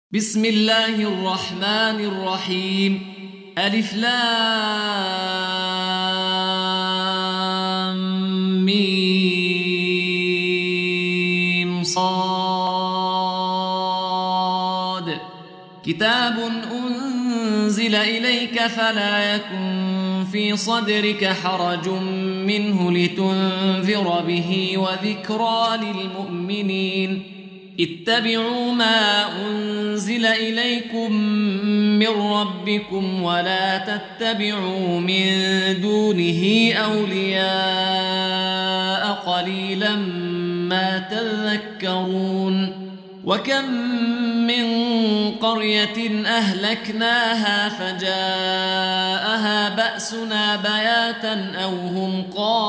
بسم الله الرحمن الرحيم ألف لام ميم صاد كتاب أنزل إليك فلا يكن في صدرك حرج منه لتنذر به وذكرى للمؤمنين اتبعوا ما أنزل إليكم من ربكم ولا تتبعوا من دونه أولياء قليلا ما تذكرون وكم من قرية أهلكناها فجاءها بأسنا بياتا أو هم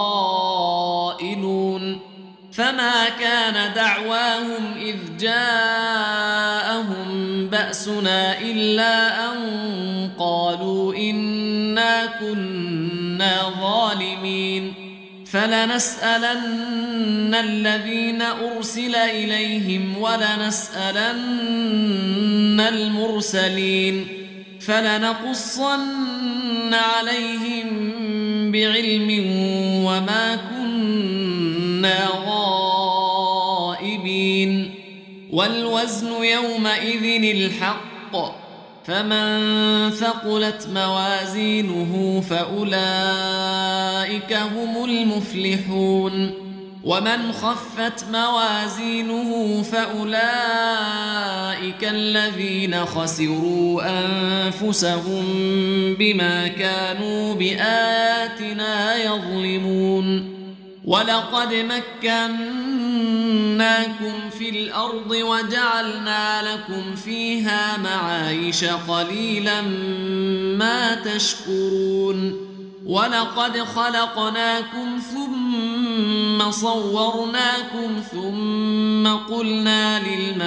قائلون فما كان دعواهم إذ جاءهم بأسنا إلا أن قالوا إنا كنا ظالمين فلنسألن الذين أرسل إليهم ولنسألن المرسلين فلنقصن عليهم بعلم وما كنا غائبين والوزن يومئذ الحق فمن ثقلت موازينه فأولئك هم المفلحون ومن خفت موازينه فأولئك الذين خسروا أنفسهم بما كانوا بآياتنا يظلمون ولقد مكناكم في الأرض وجعلنا لكم فيها معايش قليلا ما تشكرون ولقد خلقناكم ثم صورناكم ثم قلنا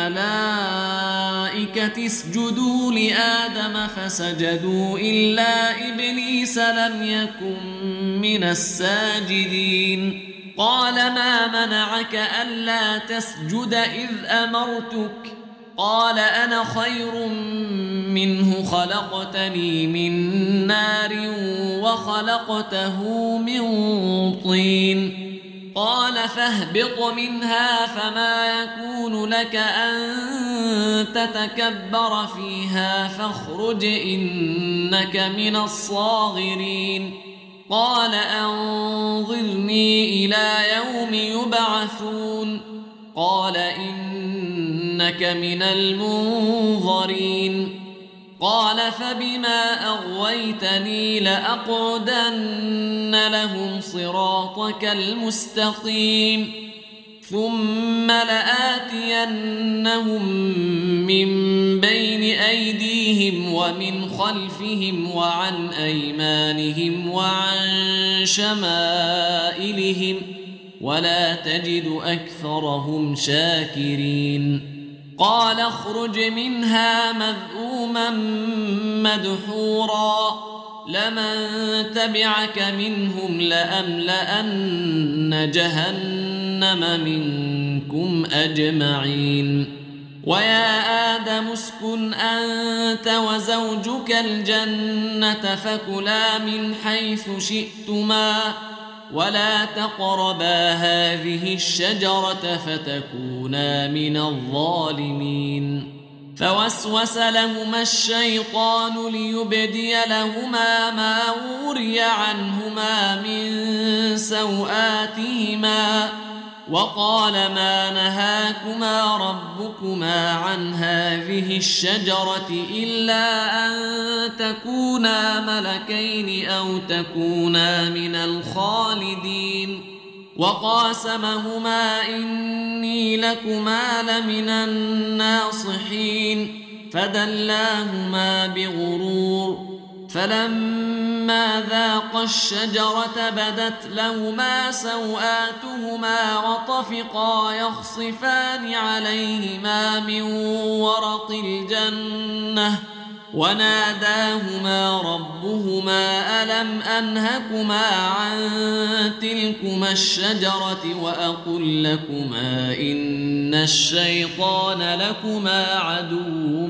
للملائكة اسجدوا لآدم فسجدوا إلا إبليس لم يكن من الساجدين قال ما منعك ألا تسجد إذ أمرتك قال أنا خير منه خلقتني من نار وخلقته من طين قال فاهبط منها فما يكون لك أن تتكبر فيها فاخرج إنك من الصاغرين قال أنظرني إلى يوم يبعثون قال إنك من المنظرين قال فبما أغويتني لأقعدن لهم صراطك المستقيم ثم لآتينهم من بين أيديهم ومن خلفهم وعن أيمانهم وعن شمائلهم ولا تجد أكثرهم شاكرين قال اخرج منها مذءوما مدحورا لمن تبعك منهم لأملأن جهنم منكم أجمعين ويا آدم اسكن أنت وزوجك الجنة فكلا من حيث شئتما ولا تقربا هذه الشجرة فتكونا من الظالمين فوسوس لهما الشيطان ليبدي لهما ما وري عنهما من سوآتهما وقال ما نهاكما ربكما عن هذه الشجرة إلا أن تكونا ملكين أو تكونا من الخالدين وقاسمهما إني لكما لمن الناصحين فدلاهما بغرور فلما ذاقا الشجرة بدت لهما سوآتهما وطفقا يخصفان عليهما من ورق الجنة وناداهما ربهما ألم أنهكما عن تلكما الشجرة وأقل لكما إن الشيطان لكما عدو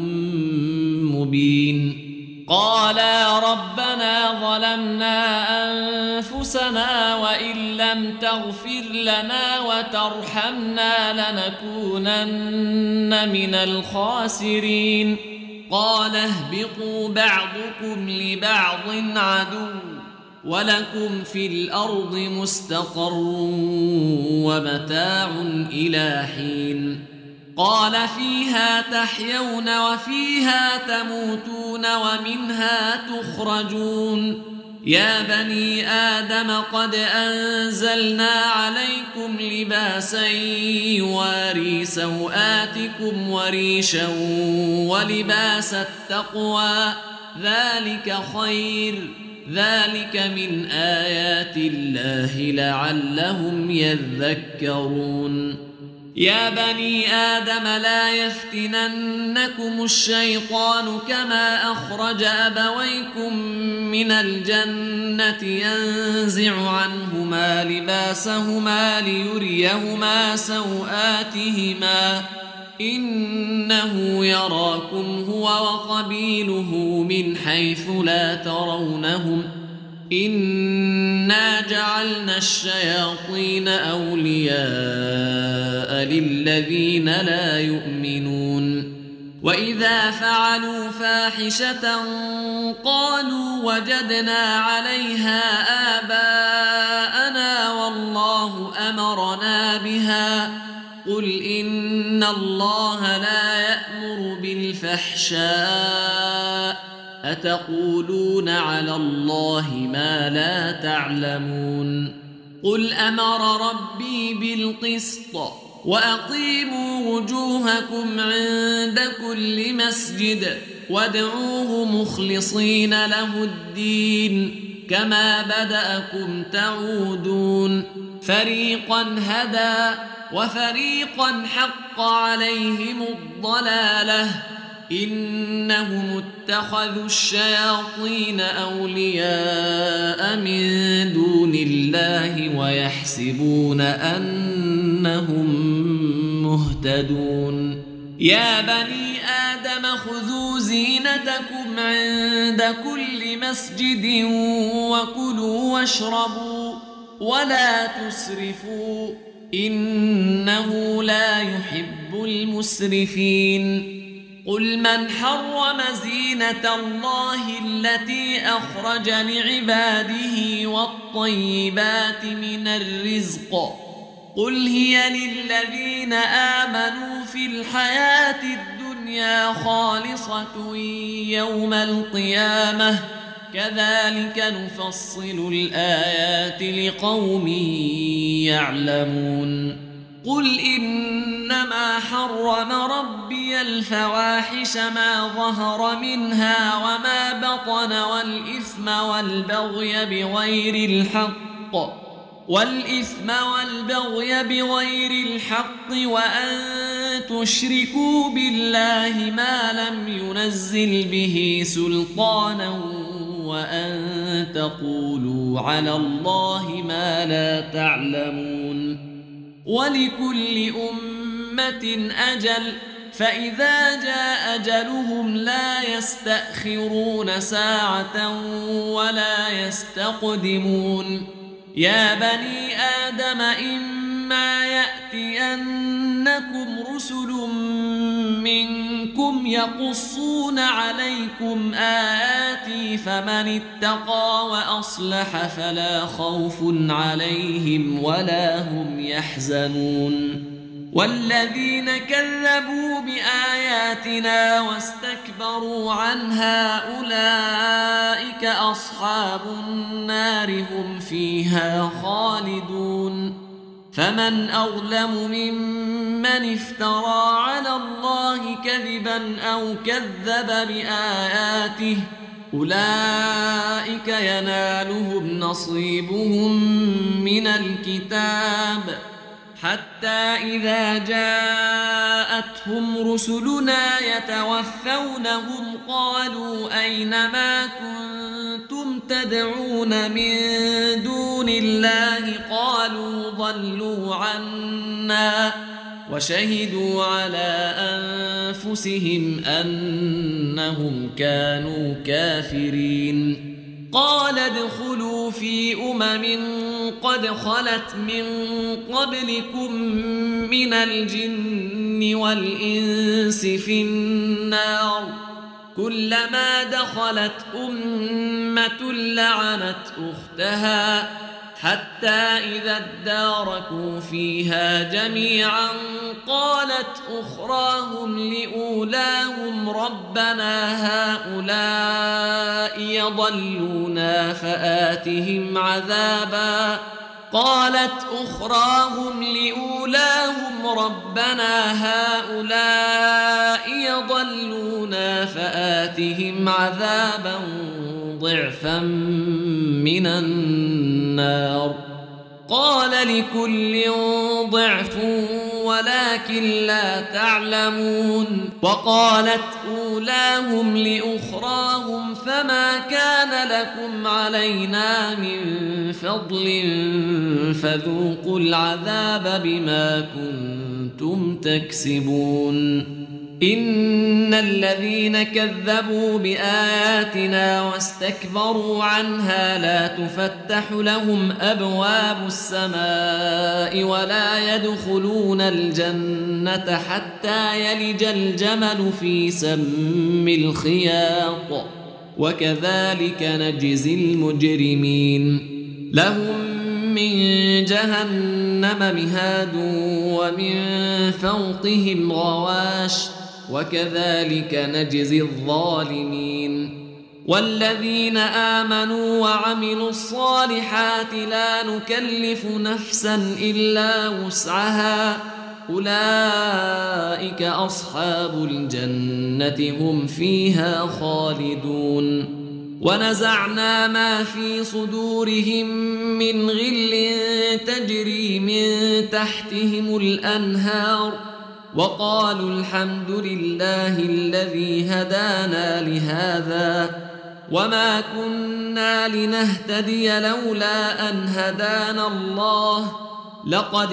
مبين قالا ربنا ظلمنا أنفسنا وإن لم تغفر لنا وترحمنا لنكونن من الخاسرين قال اهبطوا بعضكم لبعض عدو ولكم في الأرض مستقر ومتاع إلى حين قال فيها تحيون وفيها تموتون ومنها تخرجون يا بني آدم قد أنزلنا عليكم لباسا يواري سوآتكم وريشا ولباس التقوى ذلك خير ذلك من آيات الله لعلهم يذكرون يا بني آدم لا يفتننكم الشيطان كما أخرج أبويكم من الجنة ينزع عنهما لباسهما ليريهما سوآتهما إنه يراكم هو وقبيله من حيث لا ترونهم إنا جعلنا الشياطين أولياء للذين لا يؤمنون وإذا فعلوا فاحشة قالوا وجدنا عليها آباءنا والله أمرنا بها قل إن الله لا يأمر بالفحشاء أتقولون على الله ما لا تعلمون قل أمر ربي بالقسط وأقيموا وجوهكم عند كل مسجد وادعوه مخلصين له الدين كما بدأكم تعودون فريقا هدى وفريقا حق عليهم الضلالة إنهم اتخذوا الشياطين أولياء من دون الله ويحسبون أنهم مهتدون يا بني آدم خذوا زينتكم عند كل مسجد وكلوا واشربوا ولا تسرفوا إنه لا يحب المسرفين قل من حرم زينة الله التي أخرج لعباده والطيبات من الرزق قل هي للذين آمنوا في الحياة الدنيا خالصة يوم القيامة كذلك نفصل الآيات لقوم يعلمون قل إنما حرم ربي الفواحش ما ظهر منها وما بطن والإثم والبغي بغير الحق وأن تشركوا بالله ما لم ينزل به سلطانا وأن تقولوا على الله ما لا تعلمون ولكل أمة أجل فإذا جاء أجلهم لا يستأخرون ساعة ولا يستقدمون يا بني آدم إما يأتينكم رسل منكم يقصون عليكم آياتي فمن اتقى وأصلح فلا خوف عليهم ولا هم يحزنون والذين كذبوا بآياتنا واستكبروا عنها أولئك أصحاب النار هم فيها خالدون فمن أظلم ممن افترى على الله كذبا أو كذب بآياته أولئك ينالهم نصيبهم من الكتاب حتى إذا جاءتهم رسلنا يتوفونهم قالوا أين ما كنتم تدعون من دون الله قالوا ضلوا عنا وشهدوا على أنفسهم أنهم كانوا كافرين قال ادخلوا في قد خلت من قبلكم من الجن والإنس في النار كلما دخلت أمة لعنت أختها حتى إذا اداركوا فيها جميعا قالت أخراهم لأولاهم ربنا هؤلاء يضلونا فآتهم عذابا ضعفا من النار قال لكل ضعف ولكن لا تعلمون وقالت أولاهم لأخراهم فما كان لكم علينا من فضل فذوقوا العذاب بما كنتم تكسبون إن الذين كذبوا بآياتنا واستكبروا عنها لا تفتح لهم أبواب السماء ولا يدخلون الجنة حتى يلج الجمل في سم الخياط وكذلك نجزي المجرمين لهم من جهنم مهاد ومن فوقهم غواش وكذلك نجزي الظالمين والذين آمنوا وعملوا الصالحات لا نكلف نفسا إلا وسعها أولئك أصحاب الجنة هم فيها خالدون ونزعنا ما في صدورهم من غل تجري من تحتهم الأنهار وقالوا الحمد لله الذي هدانا لهذا وما كنا لنهتدي لولا أن هدانا الله لقد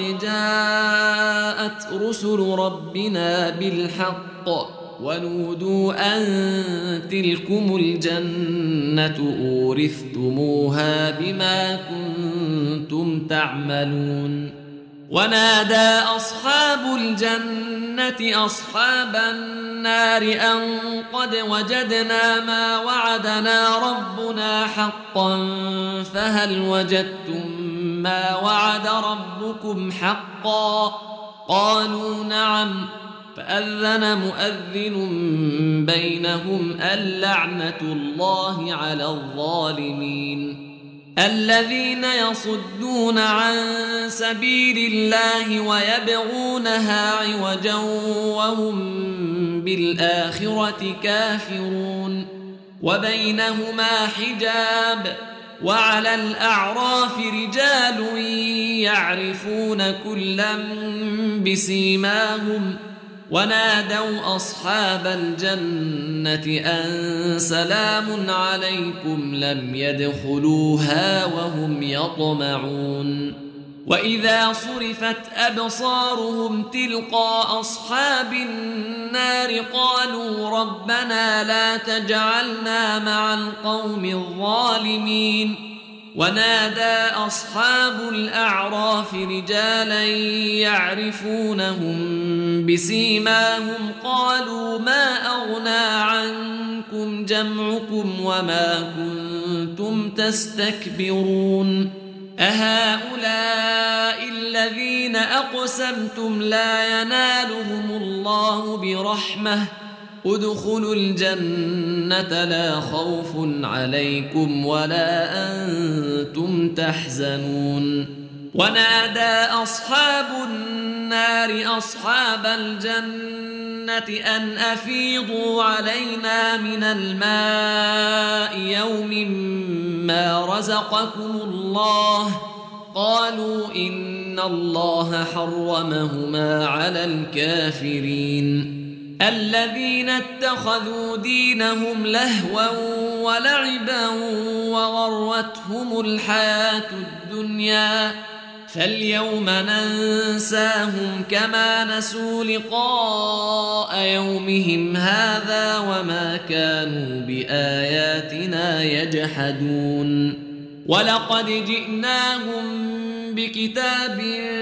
جاءت رسل ربنا بالحق ونودوا أن تلكم الجنة أورثتموها بما كنتم تعملون ونادى أصحاب الجنة أصحاب النار أن قد وجدنا ما وعدنا ربنا حقا فهل وجدتم ما وعد ربكم حقا قالوا نعم فأذن مؤذن بينهم اللعنة الله على الظالمين الذين يصدون عن سبيل الله ويبغونها عوجا وهم بالآخرة كافرون وبينهما حجاب وعلى الأعراف رجال يعرفون كلا بسيماهم ونادوا أصحاب الجنة أن سلام عليكم لم يدخلوها وهم يطمعون وإذا صرفت أبصارهم تلقاء أصحاب النار قالوا ربنا لا تجعلنا مع القوم الظالمين ونادى أصحاب الأعراف رجالا يعرفونهم بسيماهم قالوا ما أغنى عنكم جمعكم وما كنتم تستكبرون أهؤلاء الذين أقسمتم لا ينالهم الله برحمة ادخلوا الجنة لا خوف عليكم ولا أنتم تحزنون ونادى أصحاب النار أصحاب الجنة أن أفيضوا علينا من الماء يوم ما رزقكم الله قالوا إن الله حرمهما على الكافرين الذين اتخذوا دينهم لهوا ولعبا وغرتهم الحياة الدنيا فاليوم ننساهم كما نسوا لقاء يومهم هذا وما كانوا بآياتنا يجحدون ولقد جئناهم بكتاب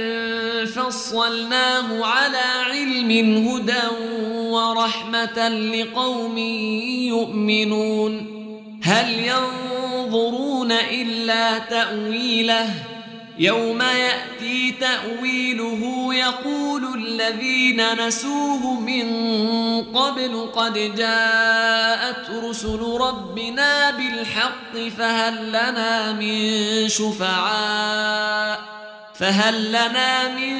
فصلناه على علم هدى ورحمة لقوم يؤمنون هل ينظرون إلا تأويله يوم يأتي تأويله يقول الذين نسوه من قبل قد جاءت رسل ربنا بالحق فهل لنا من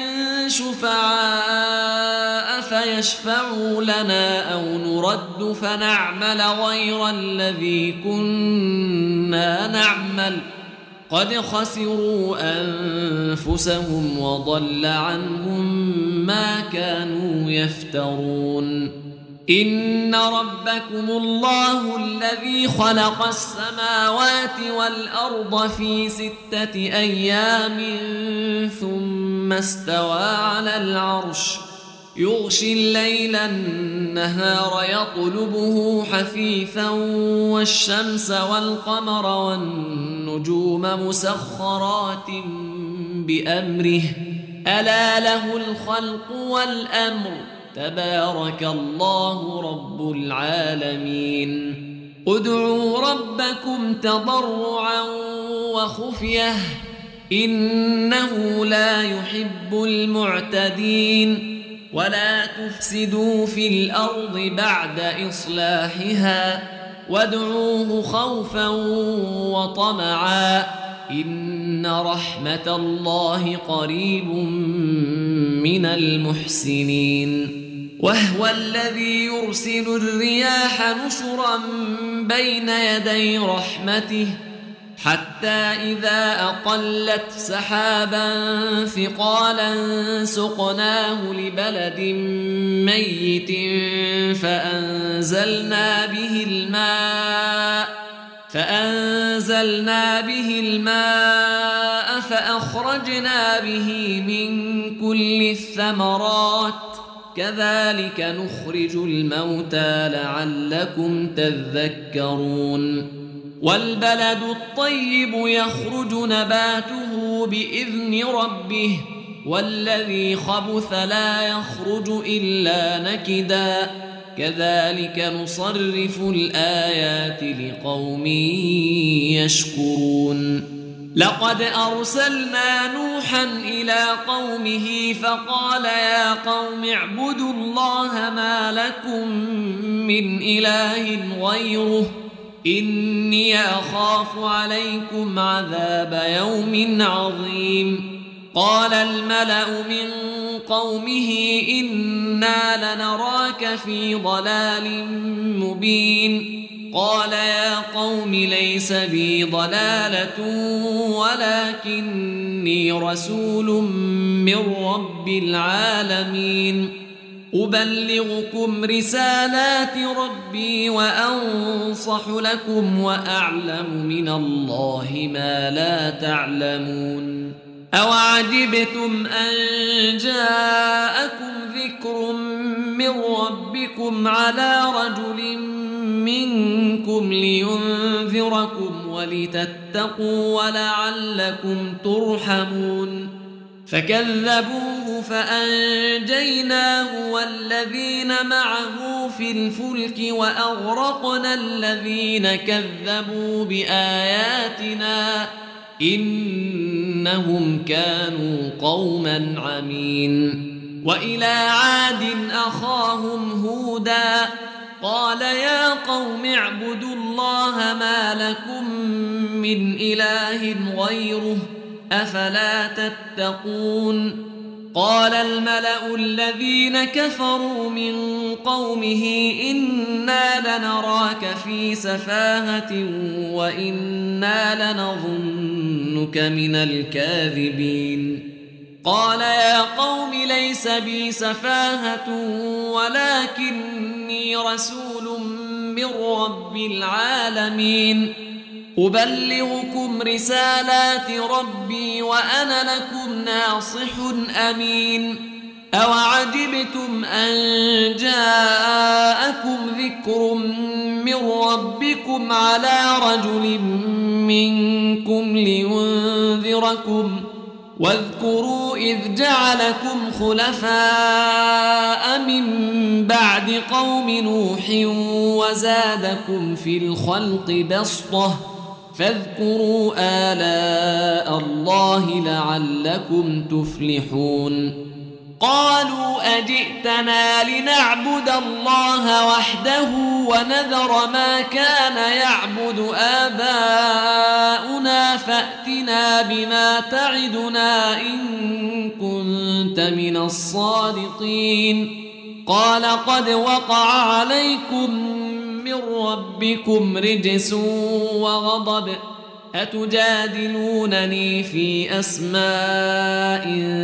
شفعاء فيشفعوا لنا أو نرد فنعمل غير الذي كنا نعمل قد خسروا أنفسهم وضل عنهم ما كانوا يفترون إن ربكم الله الذي خلق السماوات والأرض في 6 أيام ثم استوى على العرش يغشي الليل النهار يطلبه حثيثا والشمس والقمر والنجوم مسخرات بأمره ألا له الخلق والأمر تبارك الله رب العالمين ادعوا ربكم تضرعا وخفية إنه لا يحب المعتدين ولا تفسدوا في الأرض بعد إصلاحها وادعوه خوفا وطمعا إن رحمة الله قريب من المحسنين وهو الذي يرسل الرياح نشرا بين يدي رحمته حتى إذا أقلت سحابا ثقالا سقناه لبلد ميت فأنزلنا به الماء فأخرجنا به من كل الثمرات كذلك نخرج الموتى لعلكم تذكرون والبلد الطيب يخرج نباته بإذن ربه والذي خبث لا يخرج إلا نكدا كذلك نصرف الآيات لقوم يشكرون لقد أرسلنا نوحا إلى قومه فقال يا قوم اعبدوا الله ما لكم من إله غيره إني أخاف عليكم عذاب يوم عظيم قال الملأ من قومه إنا لنراك في ضلال مبين قال يا قوم ليس بي ضلالة ولكني رسول من رب العالمين أبلغكم رسالات ربي وأنصح لكم وأعلم من الله ما لا تعلمون أوعجبتم أن جاءكم ذكر من ربكم على رجل منكم لينذركم ولتتقوا ولعلكم ترحمون فكذبوه فأنجيناه والذين معه في الفلك وأغرقنا الذين كذبوا بآياتنا إنهم كانوا قوما عمين وإلى عاد أخاهم هودا قال يا قوم اعبدوا الله ما لكم من إله غيره أفلا تتقون قال الملأ الذين كفروا من قومه إنا لنراك في سفاهة وإنا لنظنك من الكاذبين. قال يا قوم ليس بي سفاهة ولكني رسول من رب العالمين أبلغكم رسالات ربي وأنا لكم ناصح أمين. أوعجبتم أن جاءكم ذكر من ربكم على رجل منكم لينذركم واذكروا إذ جعلكم خلفاء من بعد قوم نوح وزادكم في الخلق بسطة فاذكروا آلاء الله لعلكم تفلحون. قالوا أجئتنا لنعبد الله وحده ونذر ما كان يعبد آباؤنا فأتنا بما تعدنا إن كنت من الصادقين. قال قد وقع عليكم من ربكم رجس وغضب أتجادلونني في أسماء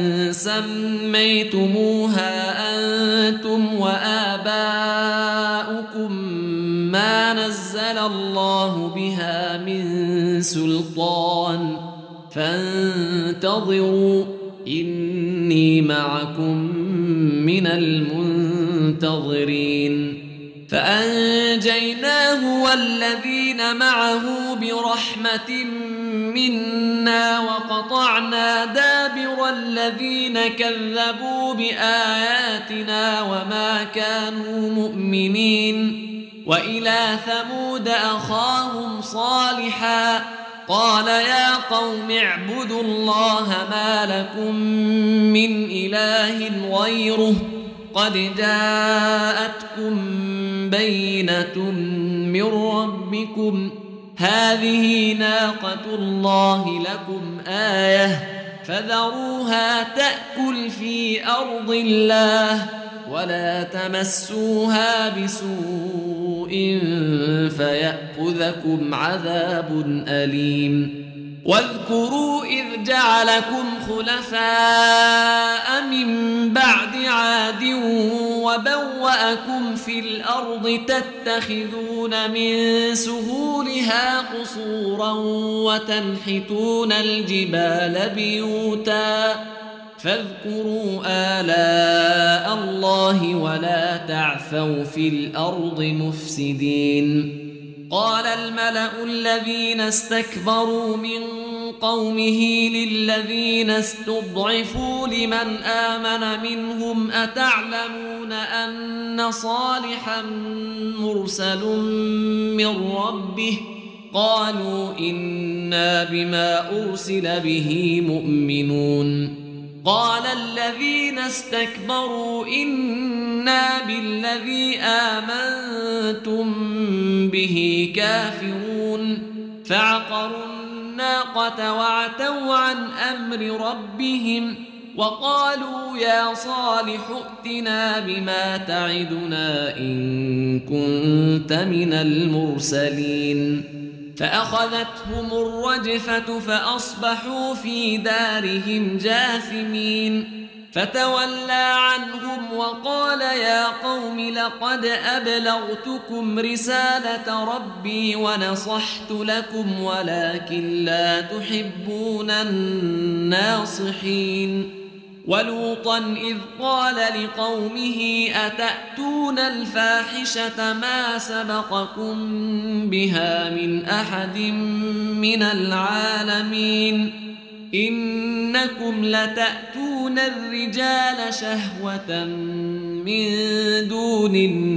سميتموها أنتم وآباؤكم ما نزل الله بها من سلطان فانتظروا إني معكم من المنتظرين. فأنجيناه والذين معه برحمة منا وقطعنا دابر الذين كذبوا بآياتنا وما كانوا مؤمنين. وإلى ثمود أخاهم صالحا قال يا قوم اعبدوا الله ما لكم من إله غيره قد جاءتكم بينة من ربكم هذه ناقة الله لكم آية فذروها تأكل في أرض الله ولا تمسوها بسوء فيأخذكم عذاب أليم. واذكروا إذ جعلكم خلفاء من بعد عاد وبوأكم في الأرض تتخذون من سهولها قصورا وتنحتون الجبال بيوتا فاذكروا آلاء الله ولا تعثوا في الأرض مفسدين. قال الملأ الذين استكبروا من قومه للذين استضعفوا لمن آمن منهم أتعلمون أن صالحا مرسل من ربه قالوا إنا بما أرسل به مؤمنون. قال الذين استكبروا إنا بالذي آمنتم به كافرون فعقروا الناقة وعتوا عن أمر ربهم وقالوا يا صالح ائتنا بما تعدنا إن كنت من المرسلين. فأخذتهم الرجفة فأصبحوا في دارهم جاثمين. فتولى عنهم وقال يا قوم لقد أبلغتكم رسالة ربي ونصحت لكم ولكن لا تحبون الناصحين. ولوطا إذ قال لقومه أتأتون الفاحشة ما سبقكم بها من أحد من العالمين إنكم لتأتون الرجال شهوة من دون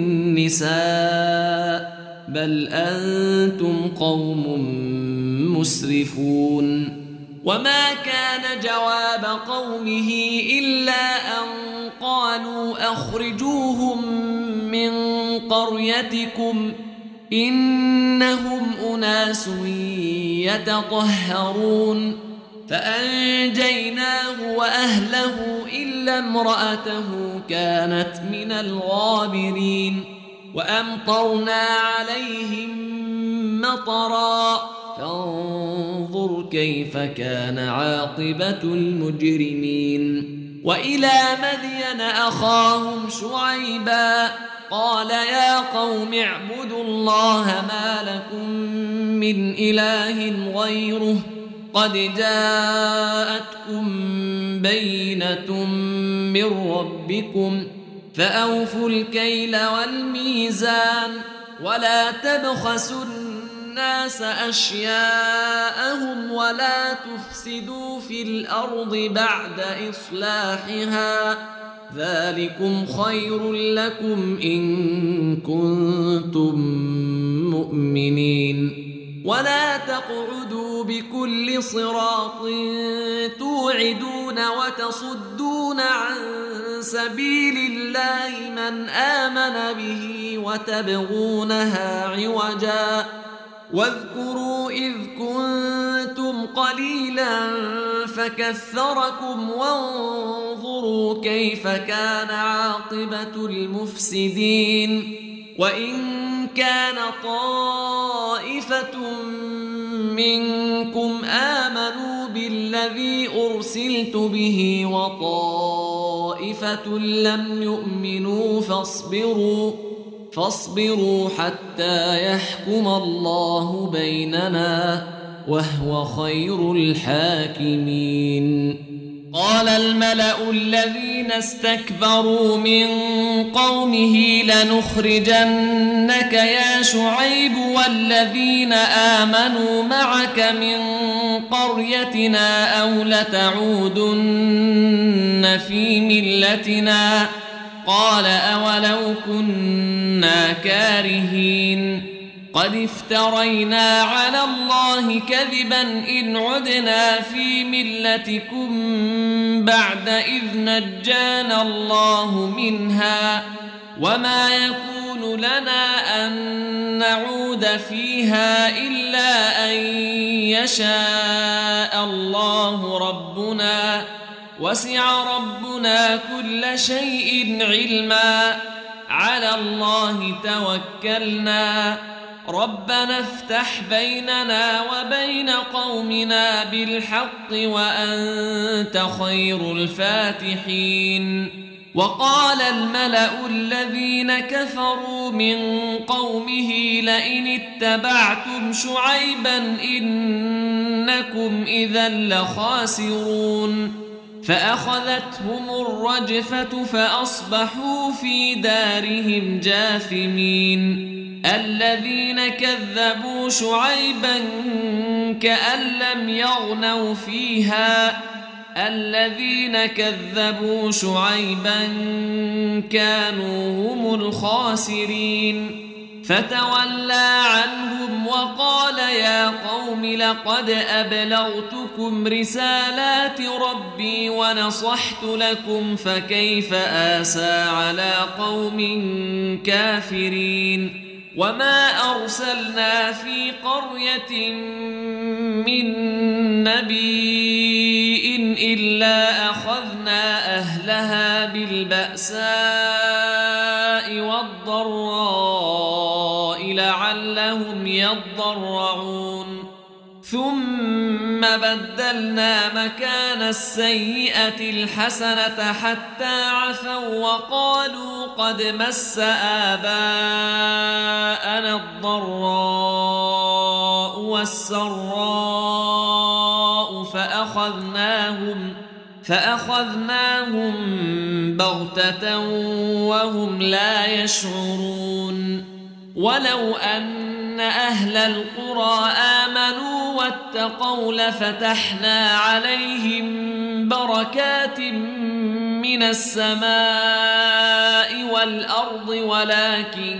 النساء بل أنتم قوم مسرفون. وما كان جواب قومه إلا أن قالوا أخرجوهم من قريتكم إنهم أناس يتطهرون. فأنجيناه وأهله إلا امرأته كانت من الغابرين. وأمطرنا عليهم مطرا فانظر كيف كان عاقبة المجرمين وإلى مدين أخاهم شعيبا قال يا قوم اعبدوا الله ما لكم من إله غيره قد جاءتكم بينة من ربكم فأوفوا الكيل والميزان ولا تبخسوا الناس أشياءهم ولا تفسدوا في الأرض بعد إصلاحها ذلكم خير لكم إن كنتم مؤمنين ولا تقعدوا بكل صراط توعدون وتصدون عن سبيل الله من آمن به وتبغونها عوجا واذكروا إذ كنتم قليلا فكثركم وانظروا كيف كان عاقبة المفسدين وإن كان طائفة منكم آمنوا بالذي أرسلت به وطائفة لم يؤمنوا فاصبروا حتى يحكم الله بيننا وهو خير الحاكمين قال الملأ الذين استكبروا من قومه لنخرجنك يا شعيب والذين آمنوا معك من قريتنا أو لتعودن في ملتنا قال أولو كنا كارهين قد افترينا على الله كذبا إن عدنا في ملتكم بعد إذ نجانا الله منها وما يكون لنا أن نعود فيها إلا أن يشاء الله ربنا وسع ربنا كل شيء علما على الله توكلنا ربنا افتح بيننا وبين قومنا بالحق وأنت خير الفاتحين وقال الملأ الذين كفروا من قومه لئن اتبعتم شعيبا إنكم إذا لخاسرون فأخذتهم الرجفة فأصبحوا في دارهم جاثمين الذين كذبوا شعيبا كأن لم يغنوا فيها الذين كذبوا شعيبا كانوا هم الخاسرين فتولى عنهم وقال يا قوم لقد أبلغتكم رسالات ربي ونصحت لكم فكيف آسى على قوم كافرين وما أرسلنا في قرية من نبي إلا أخذنا أهلها بالبأساء والضراء لعلهم يضرعون ثم بدلنا مكان السيئة الحسنة حتى عفوا وقالوا قد مس آباءنا الضراء والسراء فأخذناهم بغتة وهم لا يشعرون ولو أن أهل القرى آمنوا واتقوا لفتحنا عليهم بركات من السماء والأرض ولكن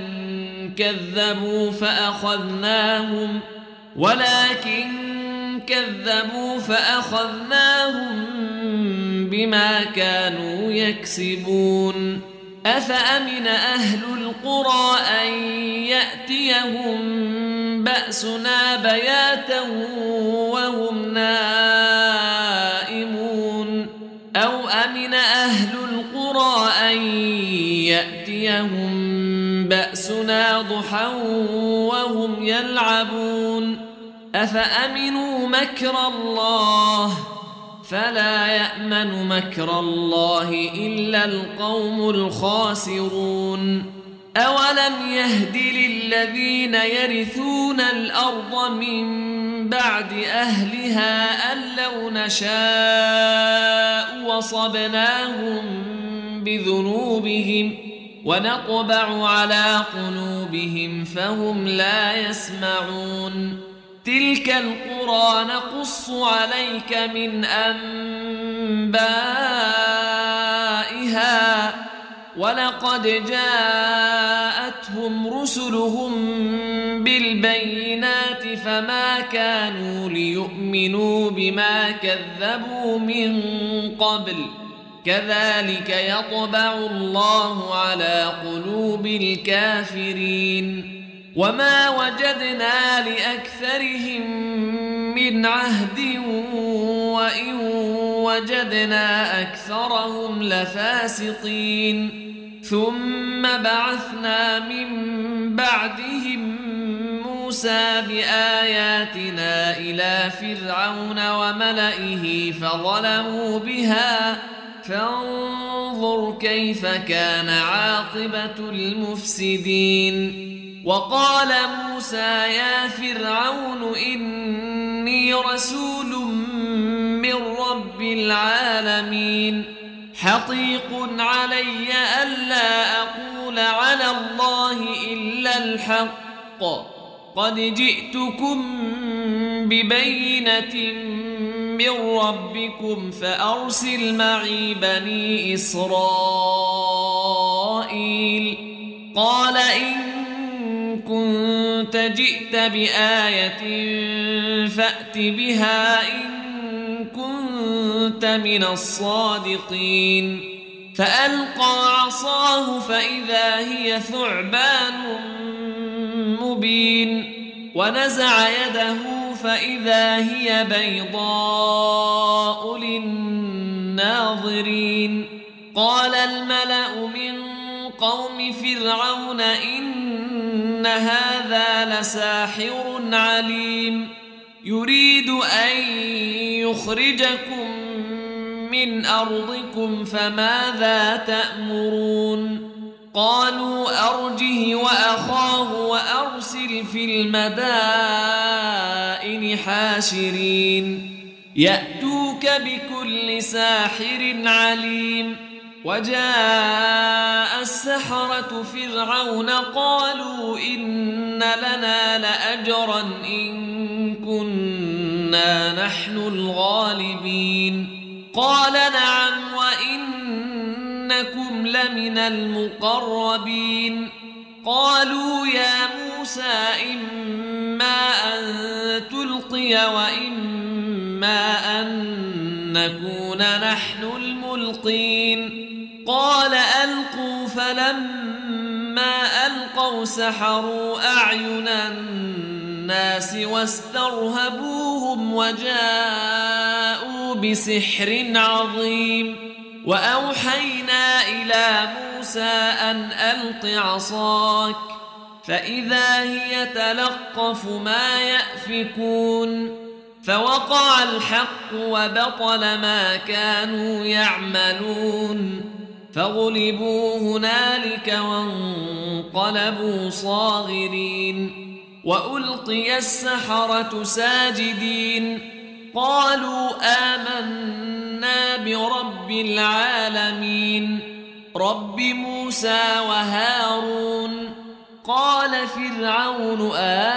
كذبوا فأخذناهم بما كانوا يكسبون أفأمن أهل القرى أن يأتيهم بأسنا بياتا وهم نائمون أو أمن أهل القرى أن يأتيهم بأسنا يمسنا ضحى وهم يلعبون أفأمنوا مكر الله فلا يأمن مكر الله إلا القوم الخاسرون أولم يهد للذين يرثون الأرض من بعد أهلها أن لو نشاء وصبناهم بذنوبهم ونطبع على قلوبهم فهم لا يسمعون تلك القرى نقص عليك من أنبائها ولقد جاءتهم رسلهم بالبينات فما كانوا ليؤمنوا بما كذبوا من قبل كذلك يطبع الله على قلوب الكافرين وما وجدنا لأكثرهم من عهد وإن وجدنا أكثرهم لفاسقين ثم بعثنا من بعدهم موسى بآياتنا إلى فرعون وملئه فظلموا بها فانظر كيف كان عاقبة المفسدين وقال موسى يا فرعون إني رسول من رب العالمين حقيق علي ألا أقول على الله إلا الحق قد جئتكم ببينة من ربكم فأرسل معي بني إسرائيل قال إن كنت جئت بآية فأت بها إن كنت من الصادقين فألقى عصاه فإذا هي ثعبان مبين ونزع يده فإذا هي بيضاء للناظرين قال الملأ من قوم فرعون إن هذا لساحر عليم يريد أن يخرجكم من أرضكم فماذا تأمرون قالوا أرجه وأخاه وأرسل في المدائن حاشرين يأتوك بكل ساحر عليم وجاء السحرة فرعون قالوا إن لنا لأجرا إن كنا نحن الغالبين قال نعم وإنكم لمن المقربين قالوا يا موسى إما أن تلقي وإما أن نكون نحن الملقين قال ألقوا فلما ألقوا سحروا أعين الناس واسترهبوهم وجاءوا بسحر عظيم وأوحينا إلى موسى أن ألق عصاك فإذا هي تلقف ما يأفكون فوقع الحق وبطل ما كانوا يعملون فغلبوا هنالك وانقلبوا صاغرين وألقي السحرة ساجدين قالوا آمنا برب العالمين رب موسى وهارون قال فرعون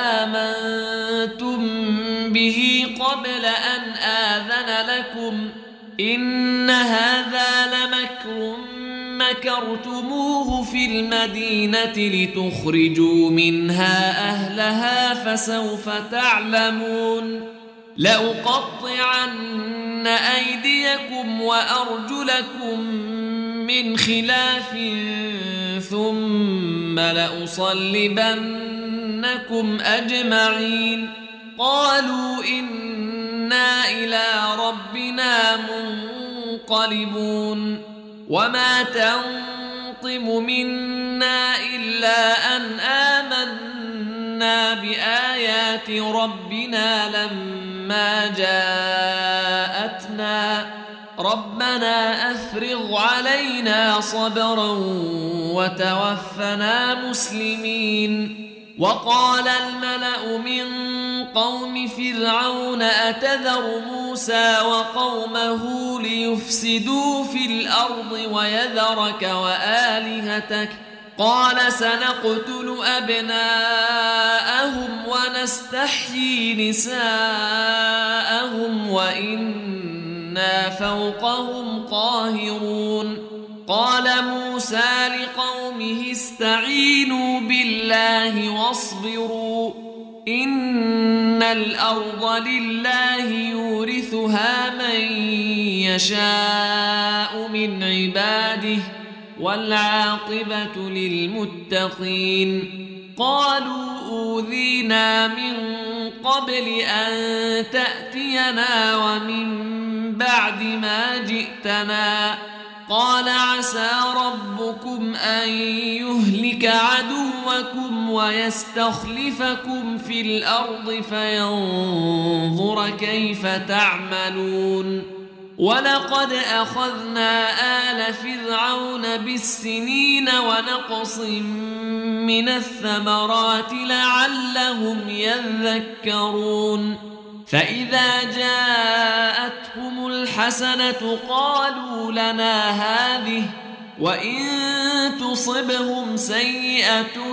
آمنتم به قبل أن آذن لكم إن هذا لمكر مكرتموه في المدينة لتخرجوا منها أهلها فسوف تعلمون لأقطعن أيديكم وأرجلكم من خلاف ثم لأصلبنكم أجمعين قالوا إنا إلى ربنا منقلبون وما تنقم تنقم منا إلا أن آمنا بآيات ربنا لما جاءتنا ربنا أفرغ علينا صبرا وتوفنا مسلمين. وقال الملأ من قوم فرعون أتذر موسى وقومه ليفسدوا في الأرض ويذرك وآلهتك قال سنقتل أبناءهم ونستحيي نساءهم وإنا فوقهم قاهرون. قال موسى لقومه استعينوا بالله واصبروا إن الأرض لله يورثها من يشاء من عباده والعاقبة للمتقين. قالوا أوذينا من قبل أن تأتينا ومن بعد ما جئتنا قال عسى ربكم أن يهلك عدوكم ويستخلفكم في الأرض فينظر كيف تعملون. ولقد أخذنا آل فرعون بالسنين ونقص من الثمرات لعلهم يذكرون. فإذا جاءتهم الحسنة قالوا لنا هذه وإن تصبهم سيئة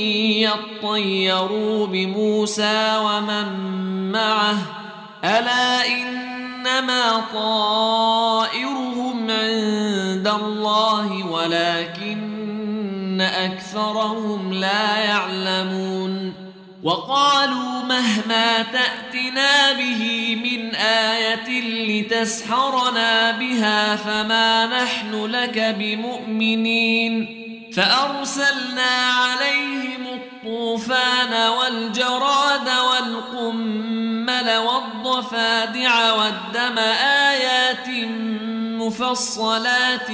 يطيروا بموسى ومن معه ألا إنما طائرهم عند الله ولكن أكثرهم لا يعلمون. وقالوا مهما تأتنا به من آية لتسحرنا بها فما نحن لك بمؤمنين. فأرسلنا عليهم الطوفان والجراد والقمل والضفادع والدم آيات مفصلات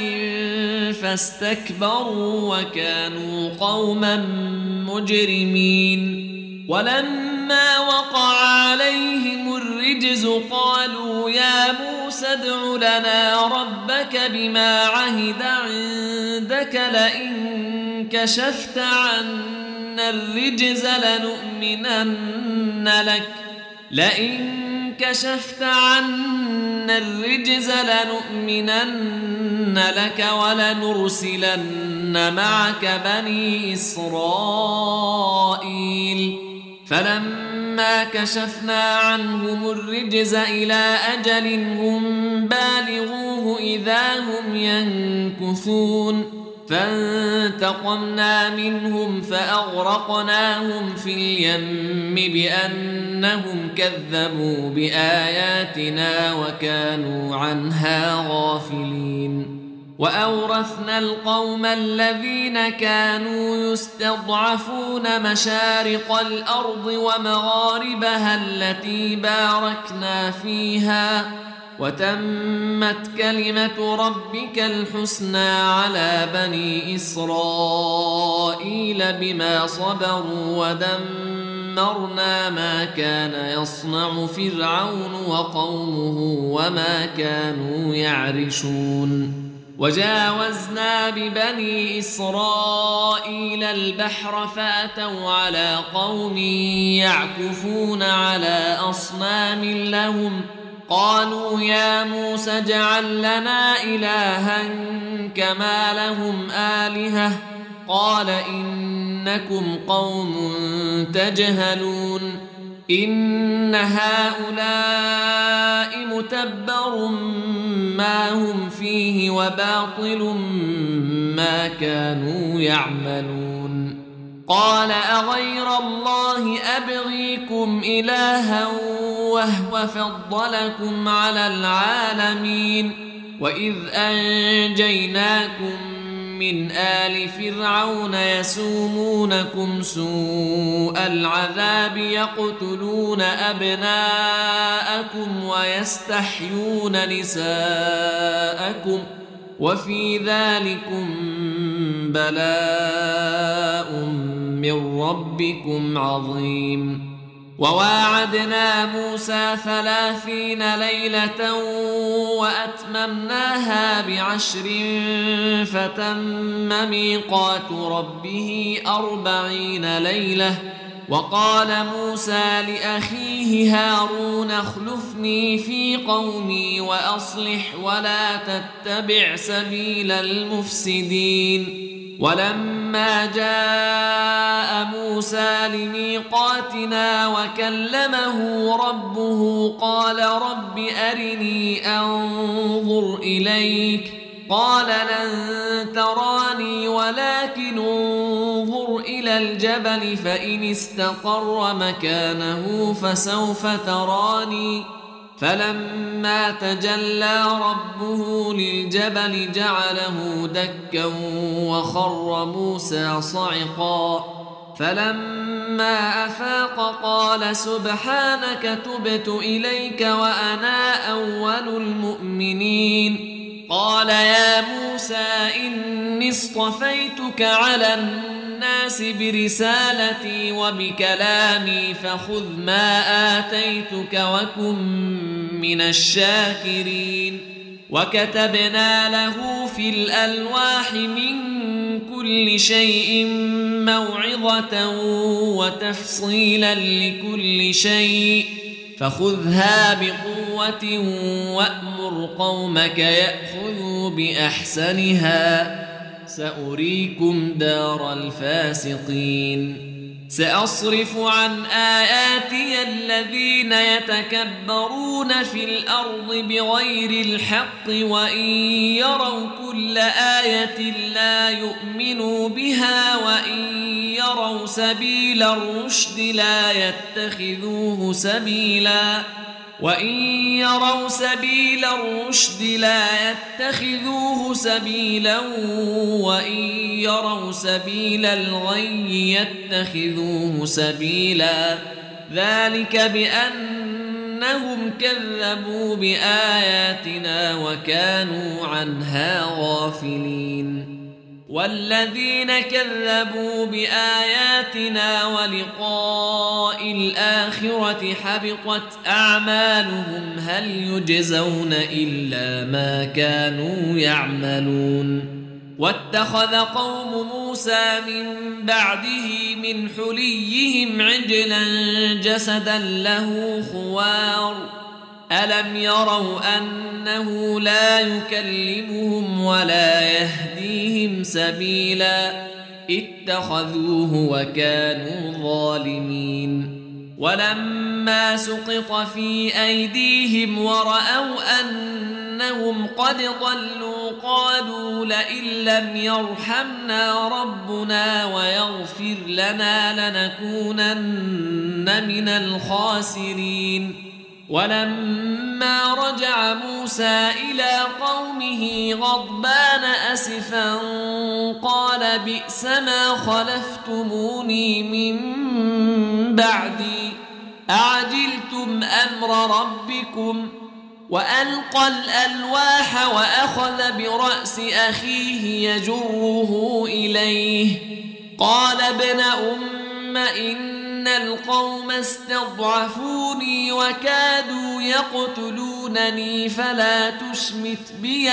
فاستكبروا وكانوا قوما مجرمين. ولما وقع عليهم الرجز قالوا يا موسى ادع لنا ربك بما عهد عندك لئن كشفت عنا الرجز لنؤمنن لك ولنرسلن معك بني إسرائيل. فلما كشفنا عنهم الرجز إلى أجل هم بالغوه إذا هم ينكثون. فانتقمنا منهم فأغرقناهم في اليم بأنهم كذبوا بآياتنا وكانوا عنها غافلين. وأورثنا القوم الذين كانوا يستضعفون مشارق الأرض ومغاربها التي باركنا فيها وتمت كلمة ربك الحسنى على بني إسرائيل بما صبروا ودمرنا ما كان يصنع فرعون وقومه وما كانوا يعرشون. وجاوزنا ببني إسرائيل البحر فأتوا على قوم يعكفون على أصنام لهم قالوا يا موسى اجعل لنا إلها كما لهم آلهة قال إنكم قوم تجهلون. إن هؤلاء متبر ما هم فيه وباطل ما كانوا يعملون. قال أغير الله أبغيكم إلها وهو فضلكم على العالمين. وإذ أنجيناكم من آل فرعون يسومونكم سوء العذاب يقتلون أبناءكم ويستحيون نساءكم وفي ذلكم بلاء من ربكم عظيم. وواعدنا موسى 30 ليلة وأتممناها ب10 فتم ميقات ربه 40 ليلة. وقال موسى لأخيه هارون اخلفني في قومي وأصلح ولا تتبع سبيل المفسدين. ولما جاء موسى لميقاتنا وكلمه ربه قال رب أرني أنظر إليك قال لن تراني ولكن انظر إلى الجبل فإن استقر مكانه فسوف تراني. فلما تجلى ربه للجبل جعله دكا وخر موسى صعقا. فلما أفاق قال سبحانك تبت إليك وأنا أول المؤمنين. قال يا موسى إني اصطفيتك على الناس برسالتي وبكلامي فخذ ما آتيتك وكن من الشاكرين. وكتبنا له في الألواح من كل شيء موعظة وتفصيلا لكل شيء فخذها بقوة وأمر قومك يأخذوا بأحسنها سأريكم دار الفاسقين. سأصرف عن آياتي الذين يتكبرون في الأرض بغير الحق وإن يروا كل آية لا يؤمنوا بها وإن يروا سبيل الرشد لا يتخذوه سبيلا وإن يروا سبيل الغي يتخذوه سبيلا. ذلك بأنهم كذبوا بآياتنا وكانوا عنها غافلين. والذين كذبوا بآياتنا ولقاء الآخرة حبطت أعمالهم هل يجزون إلا ما كانوا يعملون. واتخذ قوم موسى من بعده من حليهم عجلا جسدا له خوار ألم يروا أنه لا يكلمهم ولا يهديهم سبيلا اتخذوه وكانوا ظالمين. ولما سقط في أيديهم ورأوا أنهم قد ضلوا قالوا لئن لم يرحمنا ربنا ويغفر لنا لنكونن من الخاسرين. ولما رجع موسى إلى قومه غضبان أسفا قال بئس ما خلفتموني من بعدي أعجلتم أمر ربكم. وألقى الألواح وأخذ برأس أخيه يجره إليه قال ابن أم إن القوم استضعفوني وكادوا يقتلونني فلا تشمت بي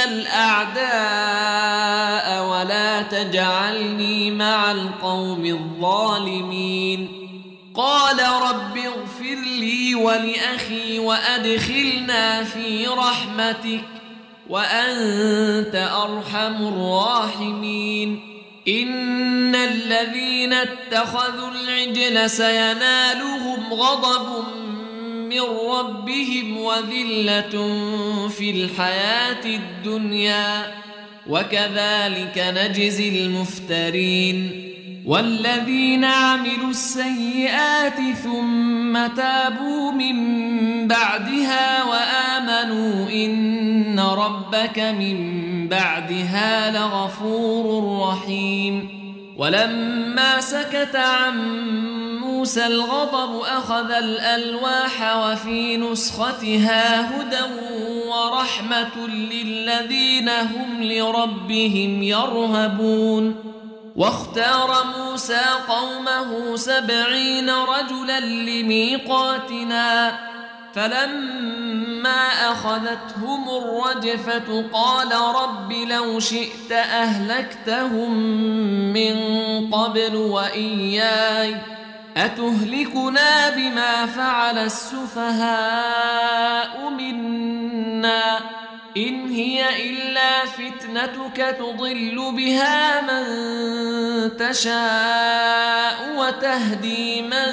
الأعداء ولا تجعلني مع القوم الظالمين. قال رب اغفر لي ولأخي وأدخلنا في رحمتك وأنت أرحم الراحمين. إن الذين اتخذوا العجل سينالهم غضب من ربهم وذلة في الحياة الدنيا وكذلك نجزي المفترين. والذين عملوا السيئات ثم تابوا من بعدها وآمنوا إن ربك من بعدها لغفور رحيم. ولما سكت عن موسى موسى الغضب أخذ الألواح وفي نسختها هدى ورحمة للذين هم لربهم يرهبون واختار موسى قومه 70 رجلا لميقاتنا فلما أخذتهم الرجفة قال رب لو شئت أهلكتهم من قبل وإياي أتهلكنا بما فعل السفهاء منا إن هي إلا فتنتك تضل بها من تشاء وتهدي من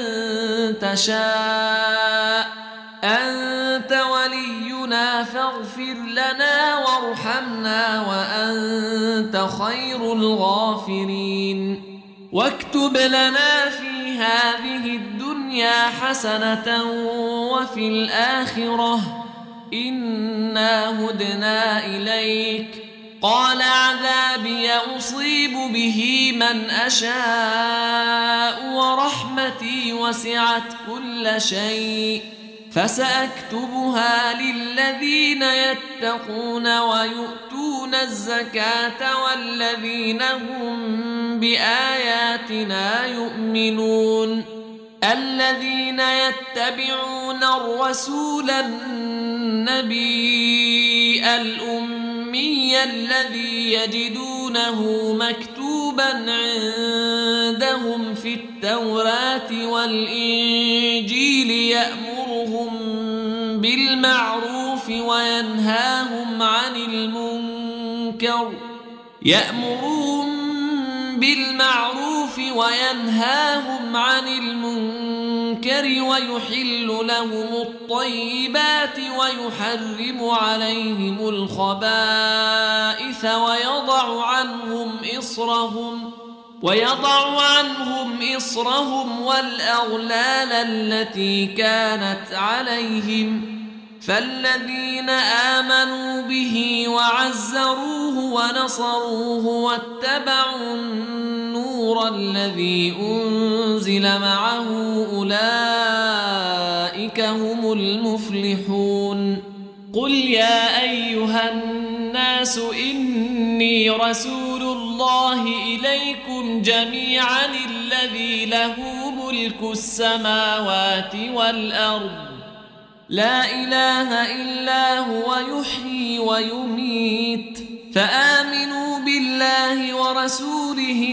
تشاء أنت ولينا فاغفر لنا وارحمنا وأنت خير الغافرين واكتب لنا في هذه الدنيا حسنة وفي الآخرة إنا هدنا إليك قال عذابي أصيب به من أشاء ورحمتي وسعت كل شيء فسأكتبها للذين يتقون ويؤتون الزكاة والذين هم بآياتنا يؤمنون الذين يتبعون الرسول النبي الأمي الذي يجدونه مكتوبا عندهم في التوراة والإنجيل بالمعروف وينهاهم عن المنكر ويحل لهم الطيبات ويحرم عليهم الخبائث ويضع عنهم إصرهم والأغلال التي كانت عليهم فالذين آمنوا به وعزروه ونصروه واتبعوا النور الذي أنزل معه أولئك هم المفلحون قل يا أيها الناس إني رسول الله إليكم جميعا الذي له ملك السماوات والأرض لا إله إلا هو يحيي ويميت فآمنوا بالله ورسوله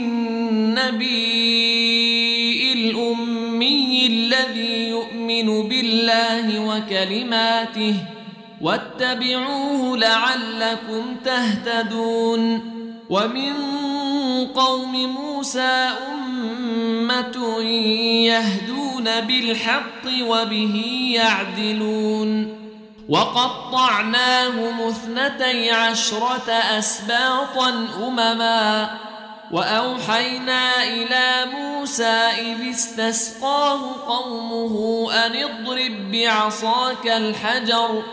النبي الأمي الذي يؤمن بالله وكلماته واتبعوه لعلكم تهتدون ومن قوم موسى أمة يهدون بالحق وبه يعدلون وقطعناهم 12 أسباطا أمما وأوحينا إلى موسى إذ استسقاه قومه أن اضرب بعصاك الحجر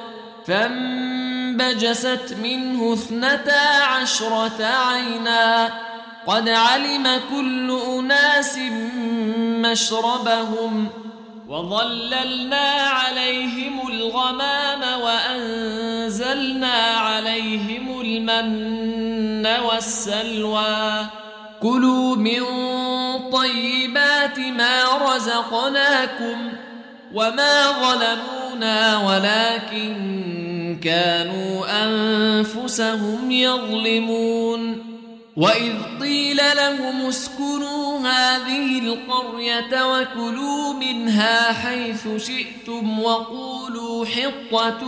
فانبجست منه 12 عينا قد علم كل أناس مشربهم وظللنا عليهم الغمام وأنزلنا عليهم المن والسلوى كلوا من طيبات ما رزقناكم وما ظلمونا ولكن كانوا أنفسهم يظلمون وإذ قيل لهم اسكنوا هذه القرية وكلوا منها حيث شئتم وقولوا حطة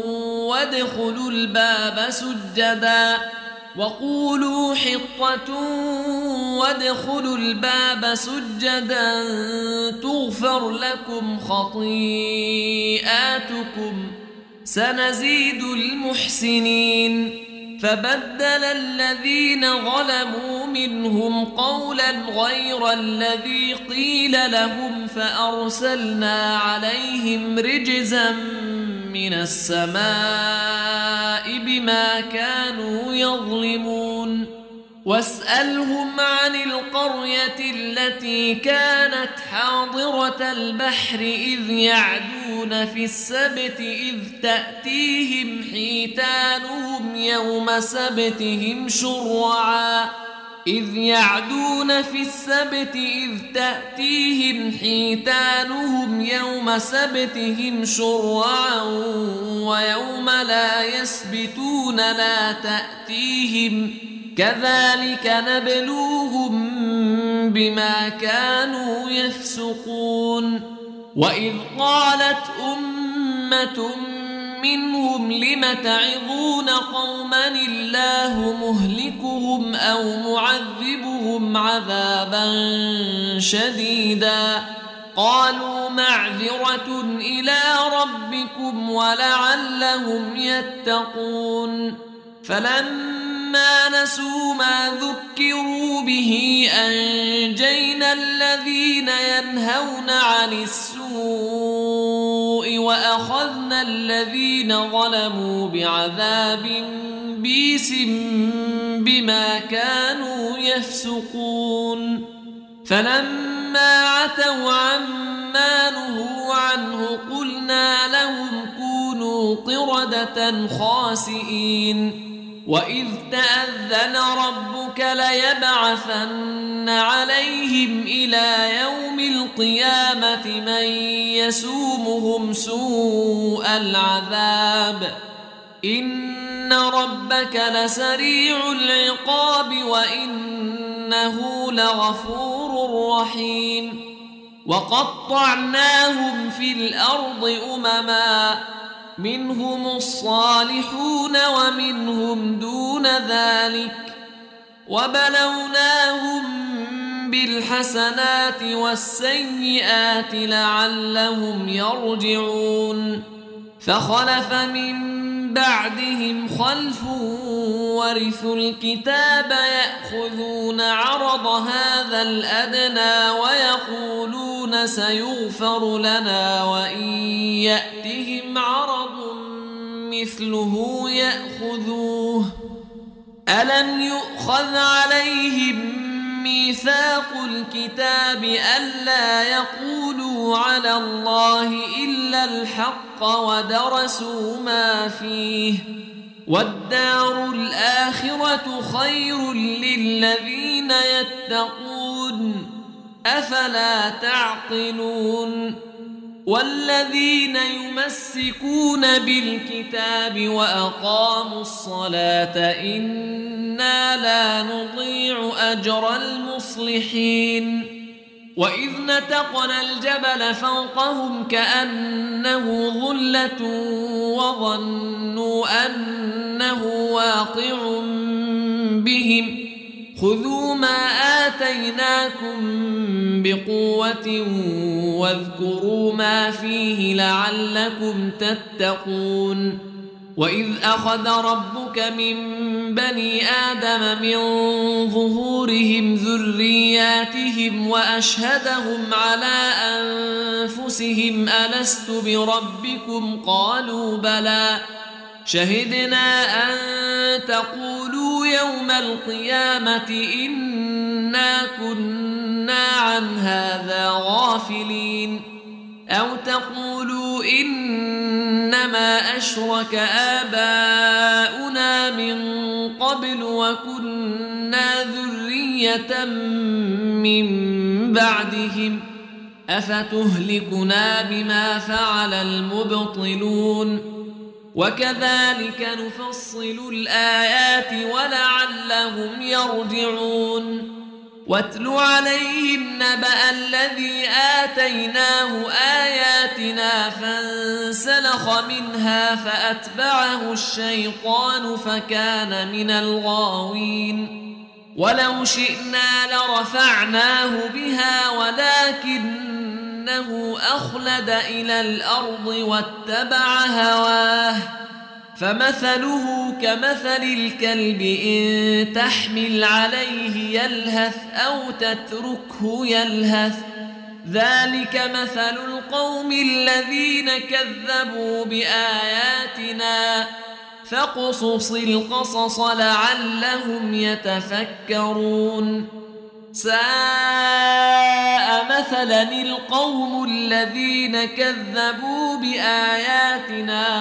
وادخلوا الباب سجدا تغفر لكم خطيئاتكم سنزيد المحسنين فبدل الذين ظلموا منهم قولا غير الذي قيل لهم فأرسلنا عليهم رجزا من السماء بما كانوا يظلمون واسألهم عن القرية التي كانت حاضرة البحر إذ يعدون في السبت إذ تأتيهم حيتانهم يوم سبتهم شرعا ويوم لا يسبتون لا تأتيهم كذلك نبلوهم بما كانوا يفسقون وإذ قالت أمة منهم لم تعظون قوما الله مهلكهم أو معذبهم عذابا شديدا قالوا معذرة إلى ربكم ولعلهم يتقون فلما نسوا ما ذكروا به أنجينا الذين ينهون عن السوء وأخذنا الذين ظلموا بعذاب بئيس بما كانوا يفسقون فلما عتوا عما نهوا عنه قلنا لهم كونوا قردة خاسئين وإذ تأذن ربك ليبعثن عليهم إلى يوم القيامة من يسومهم سوء العذاب إن ربك لسريع العقاب وإنه لغفور رحيم وقطعناهم في الأرض أمما منهم الصالحون ومنهم دون ذلك وبلوناهم بالحسنات والسيئات لعلهم يرجعون فخلف من بعدهم خلف ورثوا الكتاب يأخذون عرض هذا الأدنى ويقولون سيغفر لنا وإن يأتهم عرض مثله يأخذوه ألم يؤخذ عليهم ميثاق الكتاب ألا يقولوا على الله إلا الحق ودرسوا ما فيه والدار الآخرة خير للذين يتقون أفلا تعقلون والذين يمسكون بالكتاب وأقاموا الصلاة إنا لا نضيع أجر المصلحين وإذ نتقنا الجبل فوقهم كأنه ظلة وظنوا أنه واقع بهم خذوا ما آتيناكم بقوة واذكروا ما فيه لعلكم تتقون وإذ أخذ ربك من بني آدم من ظهورهم ذرياتهم وأشهدهم على أنفسهم ألست بربكم قالوا بلى شهدنا أن تقولوا يوم القيامة إنا كنا عن هذا غافلين أو تقولوا إنما أشرك آباؤنا من قبل وكنا ذرية من بعدهم أفتهلكنا بما فعل المبطلون وكذلك نفصل الآيات ولعلهم يرجعون واتل عليهم نبأ الذي آتيناه آياتنا فانسلخ منها فأتبعه الشيطان فكان من الغاوين ولو شئنا لرفعناه بها ولكنه أخلد إلى الأرض واتبع هواه فمثله كمثل الكلب إن تحمل عليه يلهث أو تتركه يلهث ذلك مثل القوم الذين كذبوا بآياتنا فاقصص القصص لعلهم يتفكرون ساء مثلا القوم الذين كذبوا بآياتنا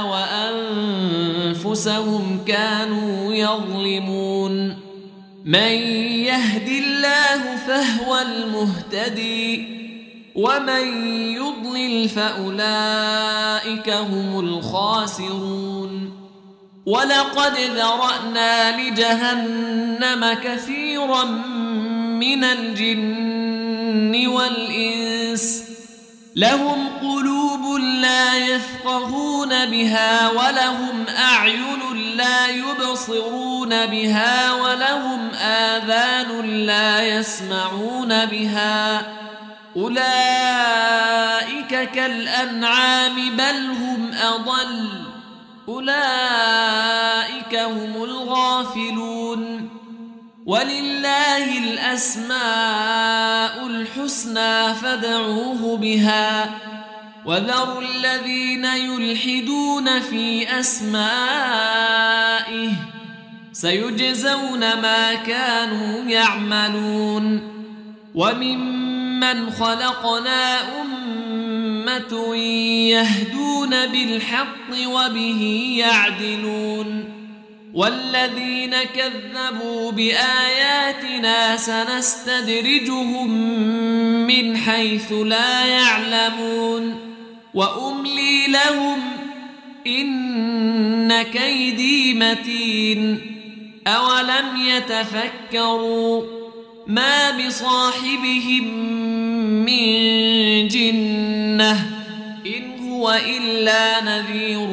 وأنفسهم كانوا يظلمون من يهد الله فهو المهتدي ومن يضلل فأولئك هم الخاسرون ولقد ذرأنا لجهنم كثيرا من الجن والإنس لهم قلوب لا يفقهون بها ولهم أعين لا يبصرون بها ولهم آذان لا يسمعون بها أولئك كالأنعام بل هم أضل أولئك هم الغافلون ولله الأسماء الحسنى فادعوه بها وذروا الذين يلحدون في أسمائه سيجزون ما كانوا يعملون وممن خلقنا أمة يهدون بالحق وبه يعدلون والذين كذبوا بآياتنا سنستدرجهم من حيث لا يعلمون وأملي لهم إن كيدي متين أولم يتفكروا ما بصاحبهم من جنة إن هو إلا نذير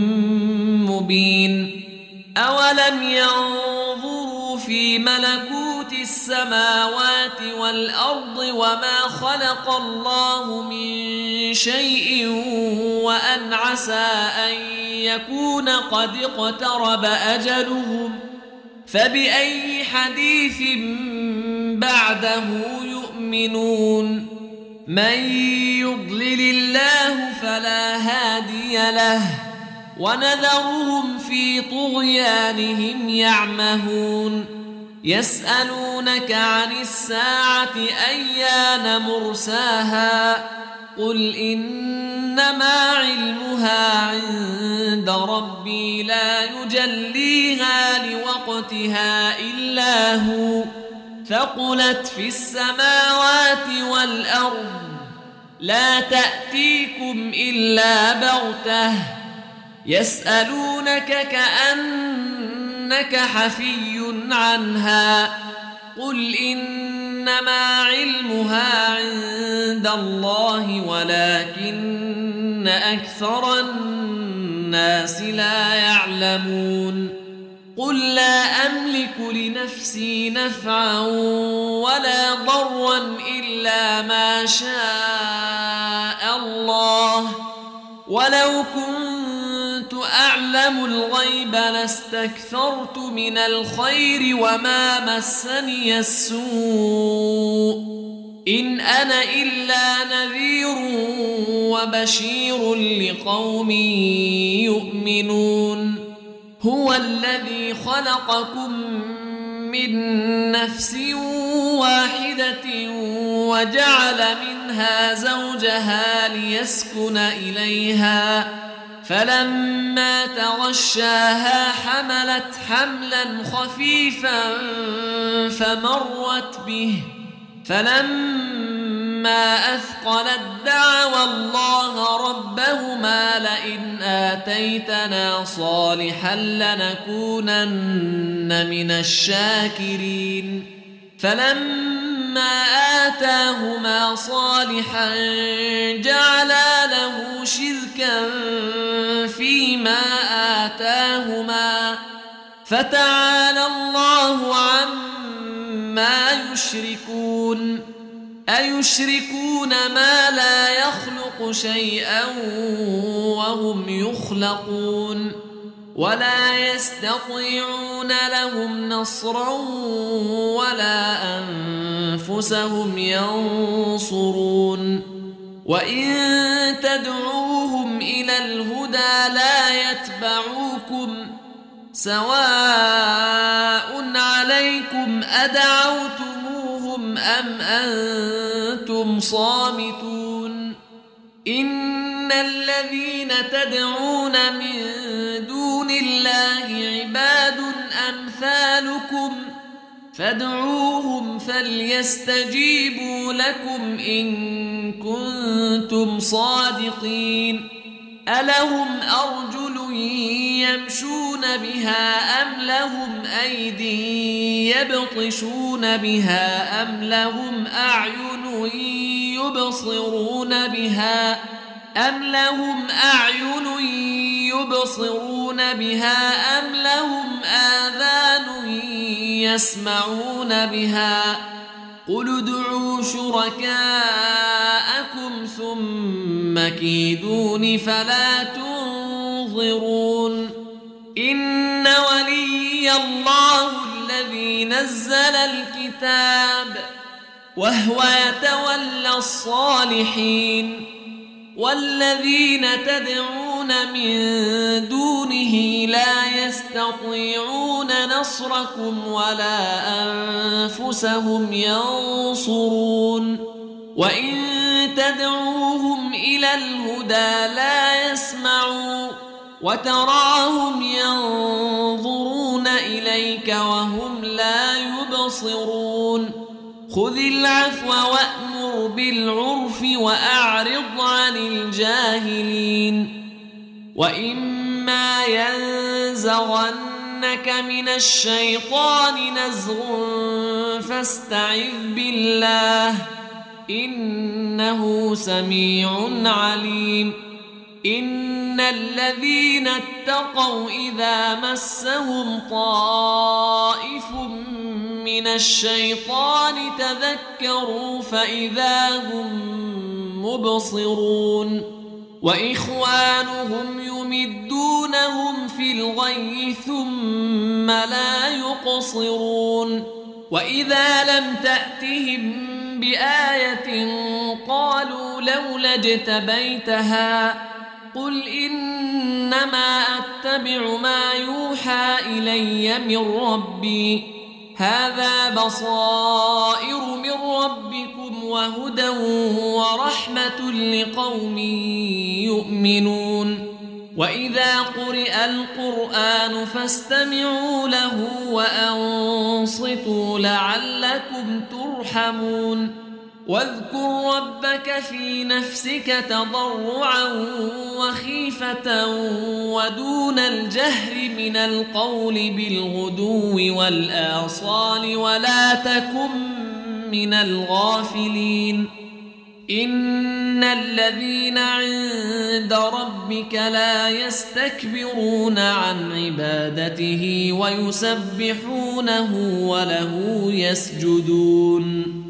مبين أولم ينظروا في ملكوت السماوات والأرض وما خلق الله من شيء وأن عسى أن يكون قد اقترب أجلهم فبأي حديث بعده يؤمنون من يضلل الله فلا هادي له ونذرهم في طغيانهم يعمهون يسألونك عن الساعة أيان مرساها قل إنما علمها عند ربي لا يجليها لوقتها إلا هو ثقلت في السماوات والأرض لا تأتيكم إلا بغتة يسألونك كأنك حفي عنها قل إنما علمها عند الله ولكن أكثر الناس لا يعلمون قل لا أملك لنفسي نفعا ولا ضرا إلا ما شاء الله ولو كنت أعلم الغيب لاستكثرت من الخير وما مسني السوء إن أنا إلا نذير وبشير لقوم يؤمنون هو الذي خلقكم من نفس واحدة وجعل منها زوجها ليسكن إليها فلما تغشاها حملت حملا خفيفا فمرت به فلما أثقلت دعوا الله ربهما لئن آتيتنا صالحا لنكونن من الشاكرين فلما آتاهما صالحا جعلا له شركا فيما آتاهما فتعالى الله عما يشركون أيشركون ما لا يخلق شيئا وهم يخلقون ولا يستطيعون لهم نصرا ولا أنفسهم ينصرون وإن تدعوهم إلى الهدى لا يتبعوكم سواء عليكم أدعوتموهم أم أنتم صامتون إن الذين تدعون من دون الله عباد أمثالكم فادعوهم فليستجيبوا لكم إن كنتم صادقين ألهم أرجل يمشون بها أم لهم أيدي يبطشون بها أم لهم أعين يبصرون بها أم لهم أم لهم آذان يسمعون بها قل ادعوا شركاءكم ثم كيدون فلا تنظرون إن ولي الله الذي نزل الكتاب وهو يتولى الصالحين والذين تدعون من دونه لا يستطيعون نصركم ولا أنفسهم ينصرون وإن تدعوهم إلى الهدى لا يسمعوا وتراهم ينظرون إليك وهم لا يبصرون خذ العفو وأمر بالعرف وأعرض عن الجاهلين وإما ينزغنك من الشيطان نزغ فاستعذ بالله إنه سميع عليم إن الذين اتقوا إذا مسهم طائف من الشيطان تذكروا فإذا هم مبصرون وإخوانهم يمدونهم في الغي ثم لا يقصرون وإذا لم تأتهم بآية قالوا لولا اجتبيتها قل إنما أتبع ما يوحى إلي من ربي هذا بصائر من ربكم وهدى ورحمة لقوم يؤمنون وإذا قرئ القرآن فاستمعوا له وأنصتوا لعلكم ترحمون واذكر ربك في نفسك تضرعا وخيفة ودون الجهر من القول بالغدو والآصال ولا تكن من الغافلين إن الذين عند ربك لا يستكبرون عن عبادته ويسبحونه وله يسجدون